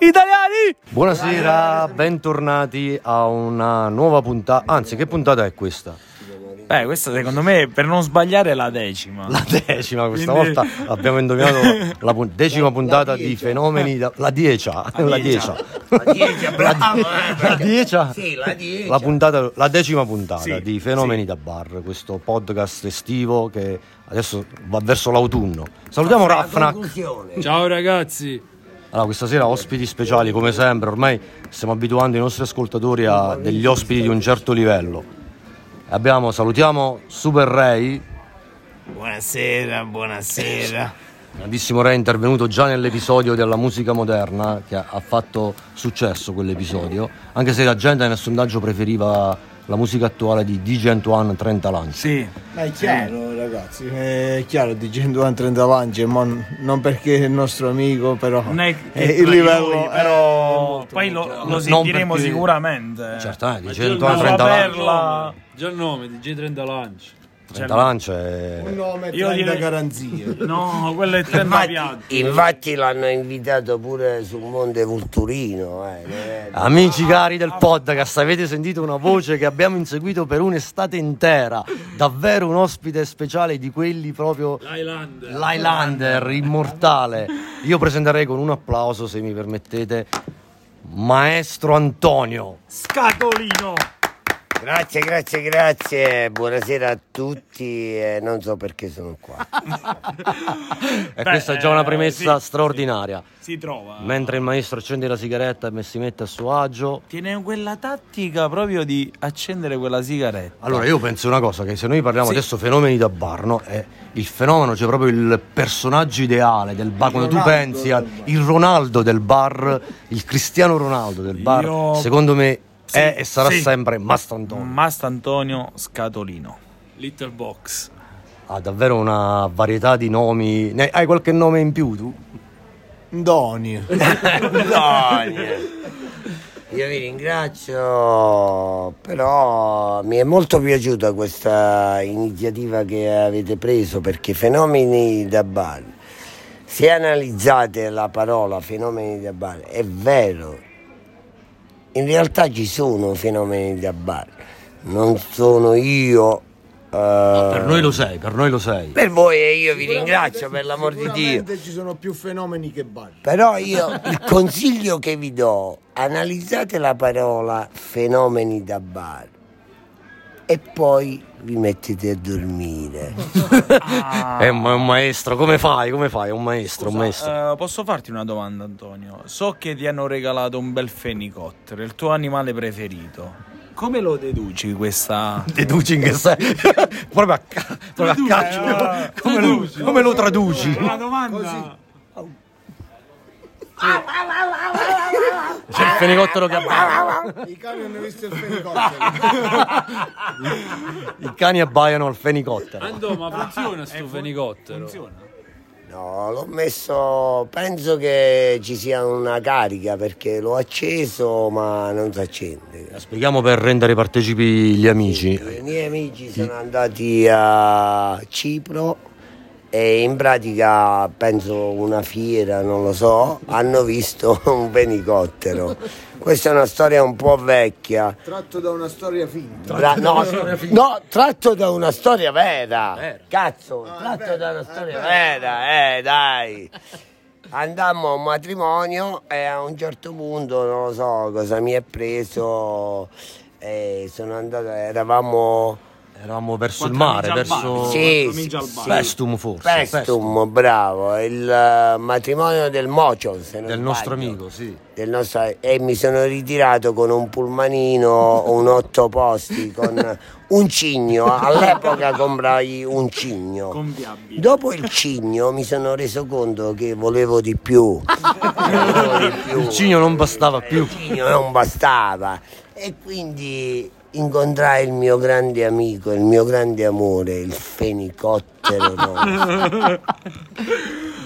Italiani! Buonasera, bentornati a una nuova puntata. Anzi, che puntata è questa? Beh, questa secondo me, per non sbagliare, è la 10ª. La 10ª, questa volta abbiamo indovinato la 10ª puntata di Fenomeni da... La 10ª. La 10ª. Bravo, La 10ª. Sì, la 10. La 10ª puntata Sì, di Fenomeni da Bar, questo podcast estivo che adesso va verso l'autunno. Salutiamo Rafnak. Ciao ragazzi. Allora, questa sera ospiti speciali come sempre, ormai stiamo abituando i nostri ascoltatori a degli ospiti di un certo livello. Salutiamo Super Ray. Buonasera. Grandissimo Ray, è intervenuto già nell'episodio della musica moderna, che ha fatto successo quell'episodio, anche se la gente nel sondaggio preferiva la musica attuale di DJ Antoine 30 Lanci. Sì. Ma è chiaro, ragazzi, è chiaro DJ Antoine 30 Lanci, ma non perché è il nostro amico, però Non è che il livello però poi lo sentiremo perché- sicuramente. Certamente, DJ Ma Antoine la 30 Lanci. perla. Già il nome di G30 Lanci. 30 Lanci è... un nome Io 30 direi- garanzie. No, quello è 30 piatti. Infatti l'hanno invitato pure sul Monte Vulturino. Amici cari del podcast, avete sentito una voce che abbiamo inseguito per un'estate intera, davvero un ospite speciale di quelli proprio l'Highlander, immortale. Io presenterei con un applauso, se mi permettete, Maestro Antonio. Scatolino. Grazie. Buonasera a tutti. Non so perché sono qua. E questa è già una premessa sì, straordinaria. Si trova. Mentre il maestro accende la sigaretta e si mette a suo agio. Tiene quella tattica proprio di accendere quella sigaretta. Allora io penso una cosa, che se noi parliamo adesso fenomeni da bar, no? È il fenomeno, cioè proprio il personaggio ideale del bar. Quando tu pensi al il Ronaldo del bar, il Cristiano Ronaldo del bar, Io- secondo me è e sarà sì. sempre Mastantonio. Mastantonio Scatolino. Little Box. Ha davvero una varietà di nomi. Hai qualche nome in più tu? Doni. Io vi ringrazio, però mi è molto piaciuta questa iniziativa che avete preso, perché Fenomeni da Bar, se analizzate la parola Fenomeni da Bar, è vero, in realtà ci sono fenomeni da bar, non sono io. Per noi lo sei, Per voi e io vi ringrazio, per l'amor di Dio. Sicuramente ci sono più fenomeni che bar. Però io il consiglio che vi do, analizzate la parola fenomeni da bar e poi vi mettete a dormire. È un maestro, come fai? È un maestro, un maestro. Posso farti una domanda, Antonio? So che ti hanno regalato un bel fenicottero, il tuo animale preferito. Come lo deduci questa? Deduci in che sei? proprio a cacchio. Come lo traduci? Una domanda. C'è il fenicottero che abbaiano. I cani hanno visto il fenicottero. I cani abbaiano al fenicottero. Andò, ma funziona sto fenicottero? Funziona. No, l'ho messo, penso che ci sia una carica perché l'ho acceso ma non si accende. Spieghiamo per rendere partecipi gli amici. I miei amici sono andati a Cipro e in pratica, penso una fiera, non lo so, hanno visto un fenicottero. Questa è una storia un po' vecchia. Tratto da una storia finta. No, tratto da una storia vera. Cazzo, tratto da una storia vera, dai. Andammo a un matrimonio e a un certo punto, non lo so cosa mi è preso, e sono andato, eravamo verso il mare, verso sì, Pestum forse. Pestum, bravo, il matrimonio del Mocio, se non Del sbaglio. nostro amico, sì. E mi sono ritirato con un pullmanino, un 8 posti, con un cigno. All'epoca comprai un cigno. Conviabile. Dopo il cigno mi sono reso conto che volevo di più. Il cigno non bastava più. Il cigno non bastava. E quindi incontrai il mio grande amico, il mio grande amore, il fenicottero rosso.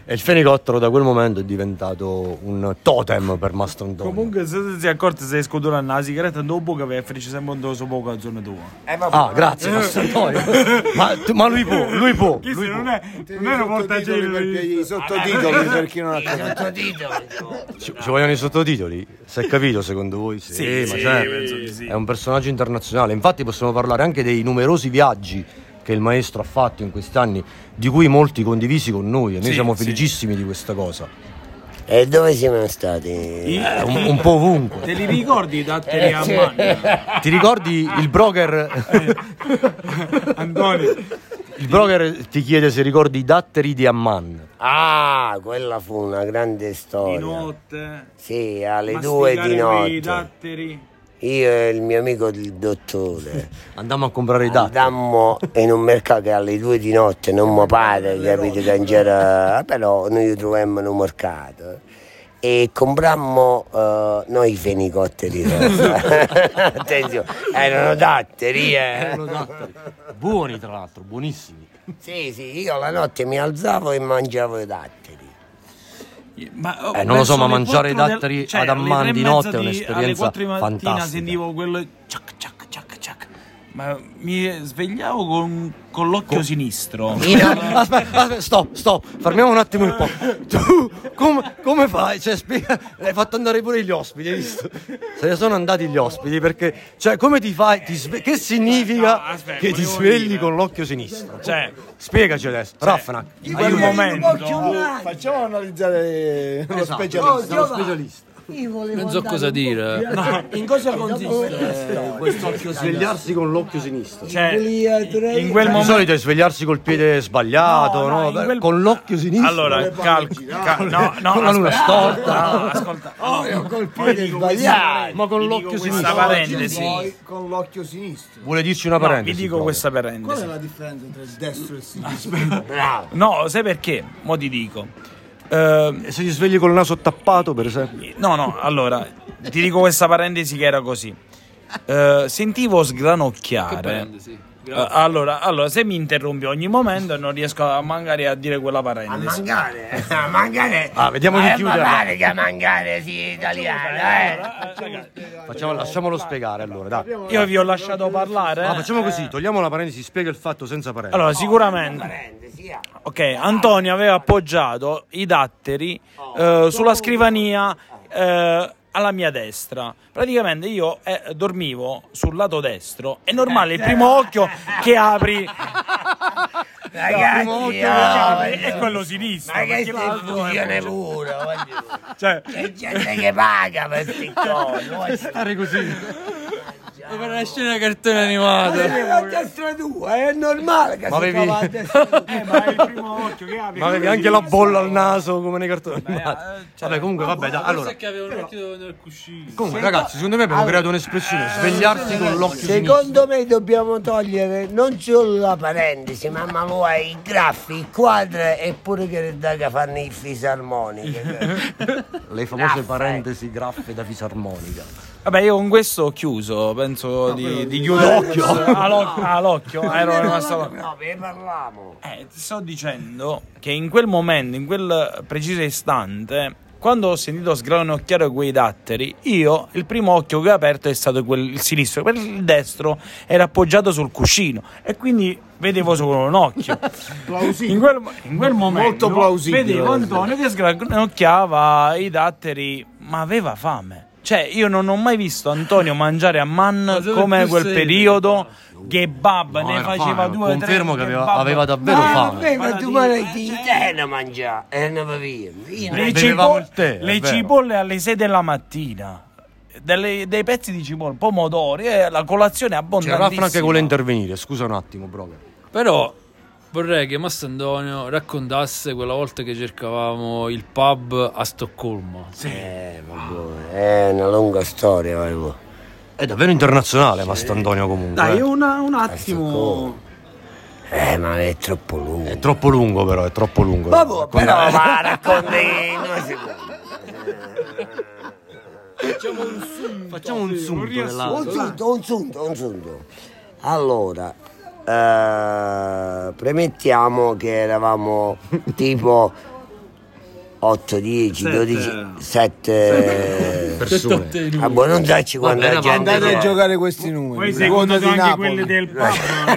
E il fenicottero da quel momento è diventato un totem per Mastro Antonio. Comunque, se ti sei accorto, sei scudurando la sigaretta dopo che fece sempre un doso poco a zona tua. Ah, grazie Mastro Antonio. ma lui può. Chi se non è una portacenere. I sottotitoli per chi non ha capito. Ci vogliono i sottotitoli? Si è capito secondo voi? Sì, ma certo. penso di sì. È un personaggio internazionale. Infatti possiamo parlare anche dei numerosi viaggi che il maestro ha fatto in questi anni, di cui molti condivisi con noi, e noi siamo felicissimi di questa cosa. E dove siamo stati? Un po' ovunque. Te li ricordi i datteri a mano? Ti ricordi il broker? Antonio. Il broker ti chiede se ricordi i datteri di Amman. Ah, quella fu una grande storia. Di notte. Sì, alle 2 di notte. I datteri. Io e il mio amico il dottore Andammo a comprare i datteri. andammo in un mercato che alle 2 di notte non mi pare, capite che non c'era, però noi trovammo in un mercato e comprammo noi i fenicotteri attenzione, erano datteri. Buoni tra l'altro, buonissimi. Sì, io la notte mi alzavo e mangiavo i datteri. Ma, non lo so, ma verso le mangiare i 4 datteri cioè, ad alle Amman 3 e di mezza notte è alle un'esperienza 4 di mattina fantastica. sentivo quello ciac ciac ciac ciac. Ma mi svegliavo con l'occhio sinistro. Aspetta, stop, fermiamo un attimo il po'. Tu come fai? Cioè, hai fatto andare pure gli ospiti, hai visto? Se ne sono andati gli ospiti perché, cioè, come ti fai? Che significa No, aspetta, che ti volevo svegli dire. con l'occhio sinistro? Cioè, Spiegaci adesso, Raffanac. in quel momento Facciamo analizzare lo Esatto. specialista. Lo specialista. Non so cosa dire. in cosa consiste questo occhio Svegliarsi con l'occhio sinistro. Cioè, in quel Di momento. solito è svegliarsi col piede sbagliato, no? in quel- Con l'occhio sinistro. Allora, no, con la luna aspetta, storta. no, ascolta. Col piede sbagliato. Ma con Vi dico l'occhio questa sinistro. parentesi. Poi con l'occhio sinistro. Vuole dirci una No, parentesi? vi dico proprio. questa Qual è parentesi. la differenza tra il destro e il sinistro? Bravo. No, sai perché? Mo' ti dico. E se ti svegli col naso tappato, per esempio? No, allora, ti dico questa parentesi che era così. Sentivo sgranocchiare. Parentesi. Allora, se mi interrompi ogni momento non riesco magari a dire quella A parentesi. mangare. Ah, vediamo di chiudere. Ma pare che a mangare sia italiano, Lasciamolo spiegare allora, dai. Io vi ho lasciato parlare. Ah, facciamo così, togliamo la parentesi, spiega il fatto senza parentesi. Allora, sicuramente. Ok, Antonio aveva appoggiato i datteri sulla scrivania alla mia destra. Praticamente io dormivo sul lato destro. È normale, il primo occhio che apri Ragazzi, è quello sinistro. ma che perché l'altro è- funzione pure, voglio. Cioè, C'è gente che paga per queste cose, voglio. stare così. Per una scena cartone animato. A destra tua, è normale che Ma si avevi- trova a destra tua. ma è il primo occhio che apri. Ma avevi anche la bolla al naso come nei cartoni animati. Vabbè, comunque, vabbè, dai. Allora, Forse che aveva un occhio nel cuscino. comunque, ragazzi, secondo me abbiamo creato un'espressione, svegliarsi con l'occhio sinistro. Secondo me dobbiamo togliere non solo la parentesi, ma vuoi i graffi, i quadri e pure che fanno i fisarmonici. Le famose parentesi graffe da fisarmonica. Vabbè, io con questo ho chiuso, penso di chiudere all'occhio. Ero rimasto. No, ne parliamo. Ti sto dicendo che in quel momento, in quel preciso istante, quando ho sentito sgranocchiare quei datteri, io il primo occhio che ho aperto è stato il sinistro, perché il destro era appoggiato sul cuscino e quindi vedevo solo un occhio. In quel momento Molto plausibile. vedevo Antonio che sgranocchiava i datteri, ma aveva fame. Cioè, io non ho mai visto Antonio mangiare a man dove come più quel sei? periodo. Kebab, No, ne era faceva fame, 2 o 3. confermo che aveva davvero fame. Ma tu ti ne mangiare e ne bevi. Bevevamo il tè, è le vero. cipolle alle 6 della mattina. Dei pezzi di cipolle, pomodori e la colazione C'era abbondantissima. Raffan che vuole intervenire, scusa un attimo, brother. Però vorrei che Mastro Antonio raccontasse quella volta che cercavamo il pub a Stoccolma. Vabbè, è una lunga storia, avevo. È davvero internazionale, Mastro Antonio comunque. Dai, un attimo. Ma è troppo lungo. È troppo lungo però, è troppo lungo. Vabbè, però ma racconti in 2 secondi. Facciamo un sunto dell'altro. Un sunto. Allora, premettiamo che eravamo tipo 8, 10, 12, 7 persone. Ah, boh, non darci quando la gente Andate a giocare questi numeri. Poi sei Ruota contato di anche Napoli. quelli del pub.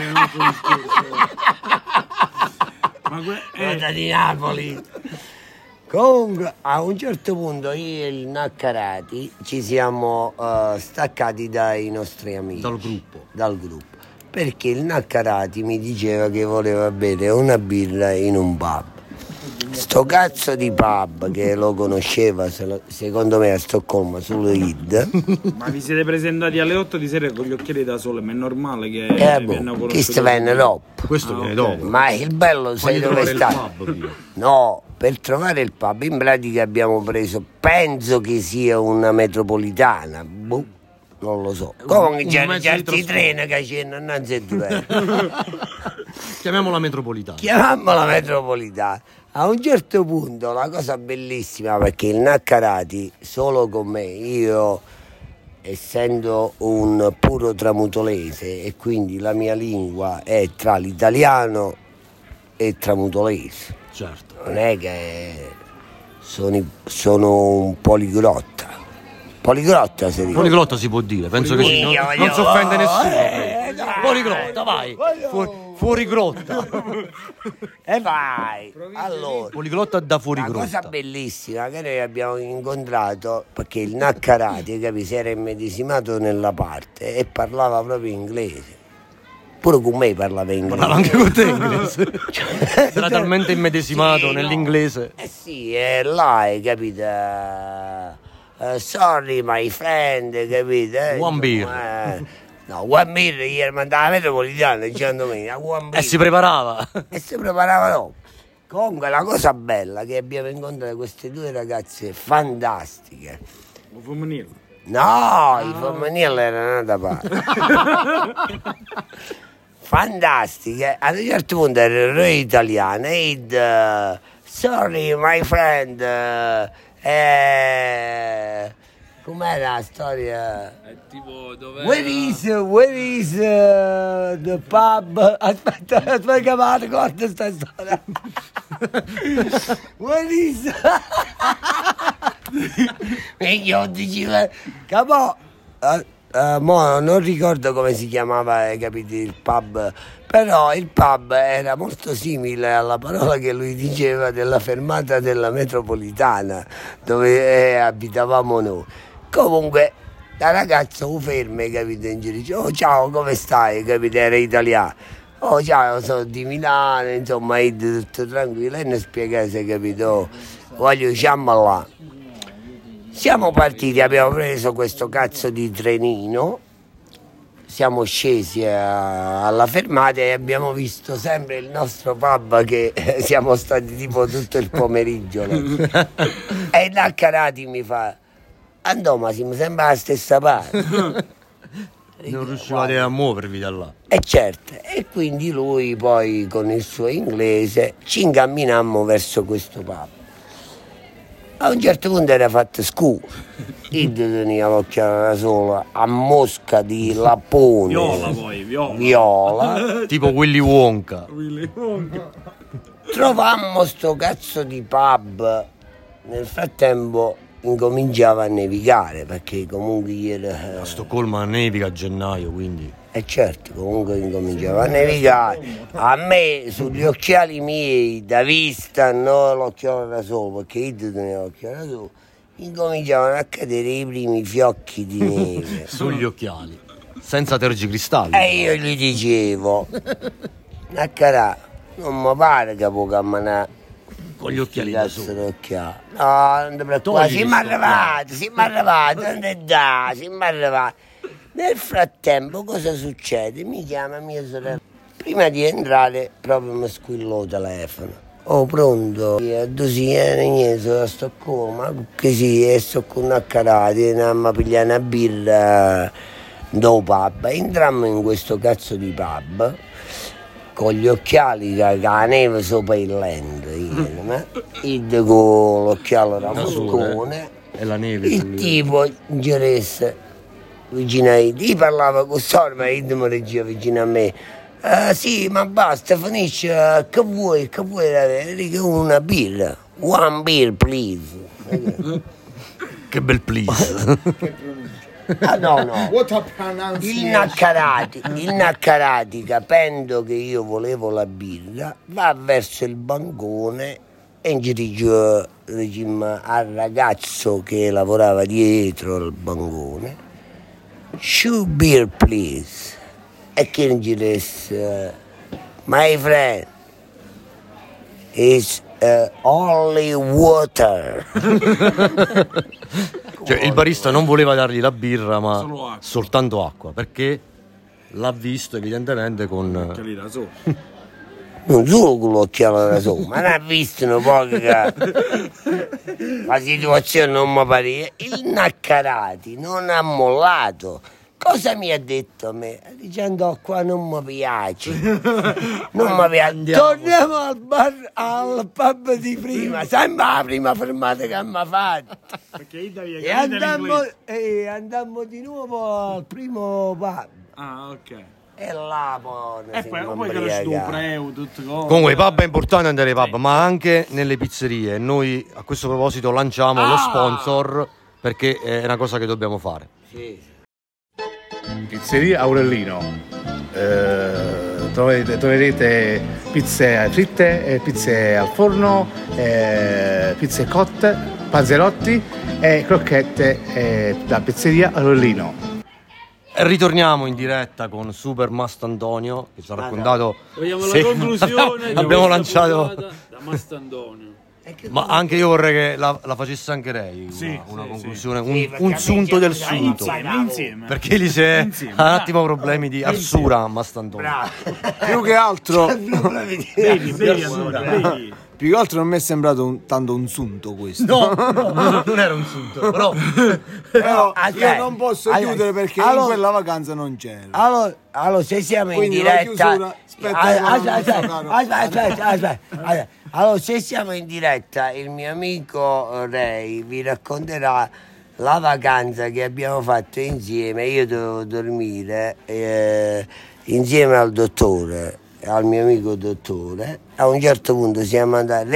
Ruota di Napoli. Comunque a un certo punto io e il Naccarati ci siamo staccati dai nostri amici, dal gruppo, perché il Naccarati mi diceva che voleva bere una birra in un pub. Sto cazzo di pub che lo conosceva secondo me a Stoccolma solo Id. Ma vi siete presentati alle 8 di sera con gli occhiali da sole, ma è normale che Boh, questo venne dopo. Questo viene dopo. Ma il bello sai dove sta? No, per trovare il pub in pratica abbiamo preso, penso che sia una metropolitana, boh, non lo so. Comunque c'erano certi treni che c'erano innanzi a due. Chiamiamola metropolitana. Chiamiamola metropolitana. A un certo punto la cosa bellissima, perché il Naccarati solo con me, io essendo un puro tramutolese e quindi la mia lingua è tra l'italiano e tramutolese. Certo. Non è che sono un poliglotta. Poliglotta si dice. Poliglotta si può dire, penso che sì, non si offende nessuno. Poliglotta, vai. Fuori grotta. E vai. Allora, Poliglotta da fuori la grotta. cosa bellissima che noi abbiamo incontrato, perché il Naccarati, si era immedesimato nella parte e parlava proprio inglese. Pure con me parlava inglese. Parlava anche con te inglese. Era talmente immedesimato Sì, nell'inglese. No. Sì, è là, hai capito? Sorry my friend, capito? One beer. No, one beer ieri mandava la metropolitana dicendo me, one beer. E si preparava. E si preparava dopo. Comunque la cosa bella è che abbiamo incontrato queste due ragazze fantastiche. Femminile. No, i femminili erano da parte. Fantastiche. Ad un certo punto erano italiane ed sorry my friend, com'era la storia? È tipo dove. Where is the pub? Aspetta che mi ricordo sta storia. Where is? E io dicevo, capo, mo non ricordo come si chiamava, capito, il pub, però il pub era molto simile alla parola che lui diceva della fermata della metropolitana dove abitavamo noi. Comunque la ragazza ferma, capito, in giro dice, oh ciao, come stai, capito, era italiano. Oh ciao, sono di Milano, insomma, è tutto tranquillo, e ne spiegase, capito, voglio diciamo là. Siamo partiti, abbiamo preso questo cazzo di trenino, siamo scesi alla fermata e abbiamo visto sempre il nostro pub che siamo stati tipo tutto il pomeriggio. E il Naccarati mi fa, andò, ma siamo sempre alla stessa parte. Non riuscivate a muovervi da là. E certo, e quindi lui poi con il suo inglese ci incamminammo verso questo pub. A un certo punto era fatto scuro, io tenia l'occhiale da sola, a mosca di lapone, Viola poi, viola. Tipo Willy Wonka. Trovammo sto cazzo di pub, nel frattempo incominciava a nevicare, perché comunque ieri... A Stoccolma nevica a gennaio, quindi... E certo, comunque incominciava a nevicare. A me, sugli occhiali miei, da vista, non l'occhiale da sole, perché io tenevo l'occhiale da sole, incominciavano a cadere i primi fiocchi di neve. Sugli occhiali, senza tergicristalli. E io gli dicevo, Naccarà, non mi pare che può camminare Con gli occhiali da sole. d'occhiali. No, non ti preoccupare, Togli siamo arrivati, non è da, siamo arrivati. Nel frattempo cosa succede? Mi chiama mia sorella. Prima di entrare proprio mi squillò il telefono. Oh, pronto? Niente, sono a Stoccolma, che sì, e sto con Naccarati, andiamo a pigliare una birra do pub. Entrammo in questo cazzo di pub con gli occhiali che la neve sopra il lente, io con l'occhiale da moscone E la neve. il tipo interesse vicino a Id. Io parlava con Sor, ma Id mi reggeva vicino a me. Sì, ma basta, finisce, che vuoi avere? Che una birra. One beer, please. Che bel please. Ah, no. What a pronunciation. Il Naccarati, capendo che io volevo la birra, va verso il bancone e dice al ragazzo che lavorava dietro al bancone, 2 beer please. E che dice, my friend, it's only water. Cioè, il barista non voleva dargli la birra, ma soltanto acqua, perché l'ha visto evidentemente con non solo con l'occhiale da sopra, ma l'ha visto un po' che la situazione non mi pare. Il Naccarati non ha mollato. Cosa mi ha detto a me? Dicendo qua non mi piace. Non mi piace. Torniamo al bar, al pub di prima, sempre la prima fermata che mi ha fatto. E andammo di nuovo al primo pub. Ah, ok. E là poi che era stupro, tutto cose. Comunque i pub è importante andare ai pub, ma anche nelle pizzerie. Noi a questo proposito lanciamo lo sponsor, perché è una cosa che dobbiamo fare. Sì. Pizzeria Aurellino, troverete pizze fritte, pizze al forno, pizze cotte, panzerotti e crocchette da Pizzeria Aurellino. Ritorniamo in diretta con Super Mastantonio che ci ha raccontato. Vogliamo la conclusione di abbiamo questa lanciato puntata da Mastantonio. Ma anche io vorrei che la facesse anche lei una conclusione, un sunto del sunto, Insieme. perché lì c'è un attimo problemi di arsura a Mastantonio. Più che altro Bevi. più che altro non mi è sembrato tanto un sunto questo. No, non era un sunto, però Io non posso chiudere perché in quella vacanza non c'era. Allora, se siamo Quindi in la diretta, chiusura, aspetta. Allora, se siamo in diretta, il mio amico Ray vi racconterà la vacanza che abbiamo fatto insieme. Io dovevo dormire insieme al dottore, al mio amico dottore. A un certo punto siamo andati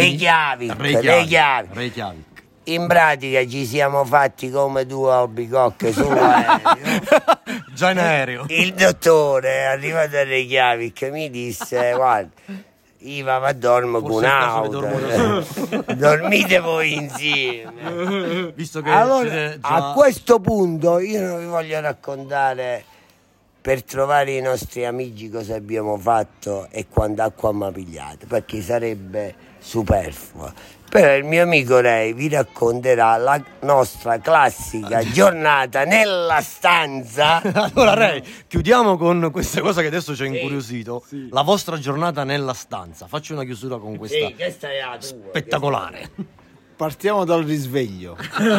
Reykjavik. In pratica ci siamo fatti come due albicocche sull'aereo. Già in aereo. Il dottore, arrivato a Reykjavik, mi disse, guarda, io vado a dormire con un'auto, dormite voi insieme. Visto che Allora, a questo punto io non vi voglio raccontare per trovare i nostri amici cosa abbiamo fatto e quanta acqua mi ha pigliato, perché sarebbe superfluo. Però il mio amico Ray vi racconterà la nostra classica giornata nella stanza. Allora Ray, chiudiamo con questa cosa che adesso ci ha incuriosito. La vostra giornata nella stanza. Faccio una chiusura con questa Questa è la tua. spettacolare. Partiamo dal risveglio.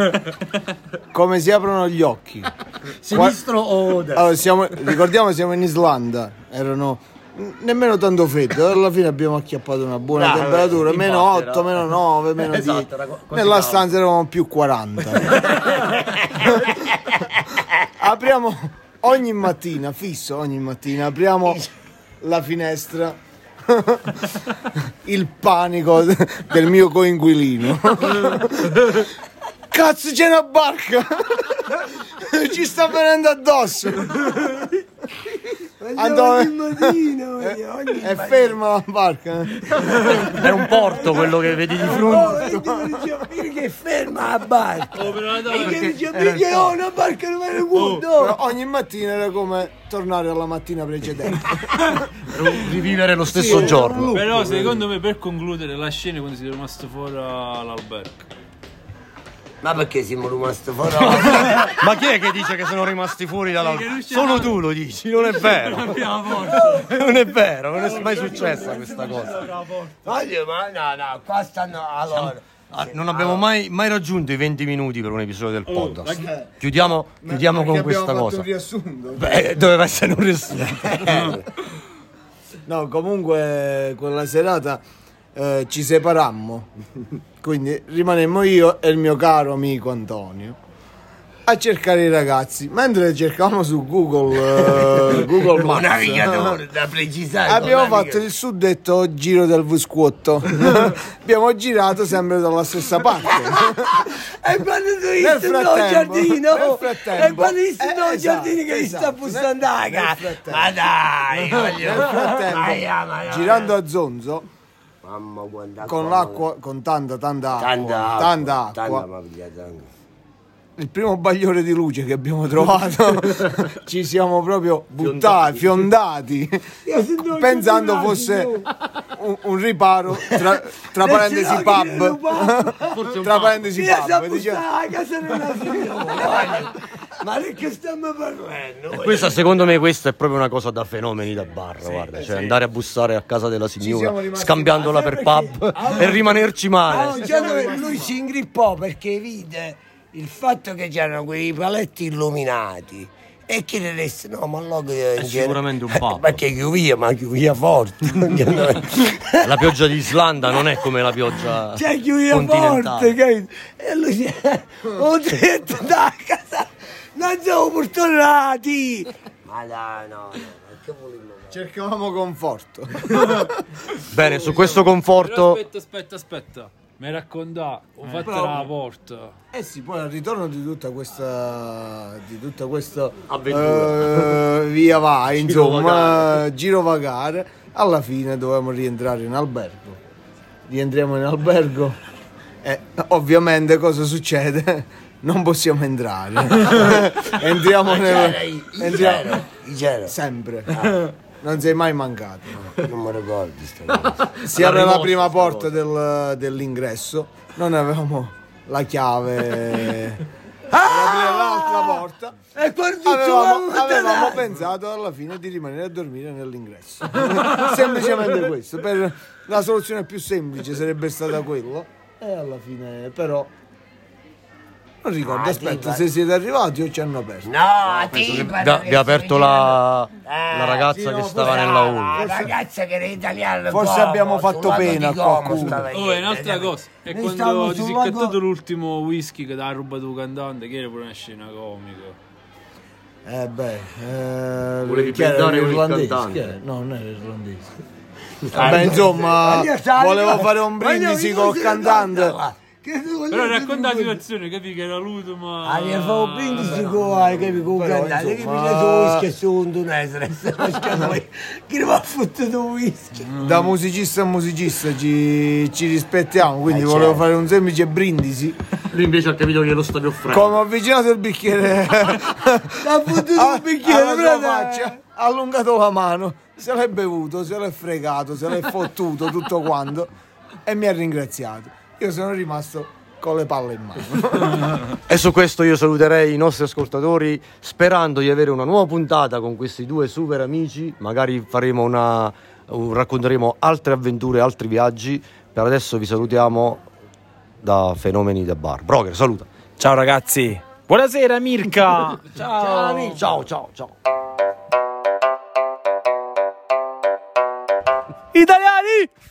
Come si aprono gli occhi? Sinistro o destro? Allora, ricordiamo siamo in Islanda, erano nemmeno tanto freddo, alla fine abbiamo acchiappato una buona temperatura, meno 8, meno 9, meno 10. Nella stanza eravamo più 40. Apriamo ogni mattina, apriamo la finestra. Il panico del mio coinquilino. Cazzo, c'è una barca! Ci sta venendo addosso! È ferma la barca. È un porto quello che vedi di fronte. Perché è ferma la barca? Perché una barca non me ne guardo. Ogni mattina era come tornare alla mattina precedente. Rivivere lo stesso giorno. Però secondo me, per concludere, la scena quando siete rimasti fuori all'albergo. Ma perché siamo rimasti fuori? Ma chi è che dice che sono rimasti fuori dall'albergo? Solo tu lo dici, non è vero. Non è vero, non è mai successa questa cosa. No, qua stanno allora. Non abbiamo mai raggiunto i 20 minuti per un episodio del podcast. Chiudiamo con questa cosa. Un riassunto. Beh, doveva essere un riassunto. No, comunque quella serata ci separammo. Quindi rimanemmo io e il mio caro amico Antonio. a cercare i ragazzi. Mentre cercavamo su Google Un Maps, navigatore da precisare. abbiamo fatto il suddetto giro del Vsquotto. Abbiamo girato sempre dalla stessa parte. E quando tu hai Nel visto il frattempo- giardino, nel frattempo- e quando hai visto il esatto, giardino che gli sta esatto. bussando la Nel cara. frattempo- Ma dai, Nel frattempo, girando a zonzo, mamma, quanta con acqua, l'acqua, con tanta tanta acqua. tanta m'ha pigliata. Il primo bagliore di luce che abbiamo trovato, ci siamo proprio buttati, fiondati, pensando fosse un riparo tra parentesi pub. Tra parentesi Io so pub. bussare a casa della signora. Ma di che stiamo parlando? Secondo me questa è proprio una cosa da fenomeni da bar, guarda, cioè andare a bussare a casa della siamo signora rimasti scambiandola per pub e rimanerci male. Lui si ingrippò perché vide il fatto che c'erano quei paletti illuminati e che ne disse no, ma allora è sicuramente un pub. perché chiuvia forte. La pioggia di Islanda non è come la pioggia C'è chiuvia forte, continentale. capito? E lui si ho detto da casa non siamo fortunati. Ma dai, no, che volevo? Cercavamo conforto. Bene, su questo Però conforto aspetta. Mi racconta, ho fatto la porta. Eh sì, poi al ritorno di tutta questa Avventura. Via vai, insomma, girovagare, alla fine dovevamo rientrare in albergo. Rientriamo in albergo e ovviamente cosa succede? Non possiamo entrare. Entriamo C'era. sempre. Non sei mai mancato. Non mi ricordo sta cosa. Si apre la prima porta dell'ingresso, non avevamo la chiave per aprire l'altra porta. E quando Avevamo pensato alla fine di rimanere a dormire nell'ingresso. Semplicemente questo. La soluzione più semplice sarebbe stata quella. E alla fine, però. Non ricordo, aspetta, se siete arrivati o ci hanno aperto. No, vi ha aperto la ragazza che stava nella hall. La ragazza che era italiana. Forse abbiamo fatto pena a qualcuno. Oh, è un'altra cosa. E Noi quando stavamo ti sul sei lago- cattato l'ultimo whisky che ti ha rubato il cantante, che era pure una scena comica. Volevi chi era, pintare con il l'irlandese? cantante? Chi era? No, non era irlandese. Vabbè, insomma, volevo fare un brindisi col cantante. Però racconta la situazione, capi che era luto, ma... Gli fa un brindisi con Però, cantante, che mi insomma, preso whisky e su un tunese. Che ne va fottuto whisky. Da musicista a musicista ci rispettiamo, quindi volevo fare un semplice brindisi. Lui invece ha capito che lo stavi offrendo. Come ho avvicinato il bicchiere Ha fottuto un bicchiere, alla sua frate. faccia, ha allungato la mano, se l'è bevuto, se l'è fregato, se l'è fottuto tutto quanto e mi ha ringraziato. Io sono rimasto con le palle in mano. E su questo io saluterei i nostri ascoltatori sperando di avere una nuova puntata con questi due super amici. Magari faremo racconteremo altre avventure, altri viaggi. Per adesso vi salutiamo da Fenomeni da Bar. Broker, saluta. Ciao ragazzi. Buonasera Mirka. Ciao. Ciao. Italiani!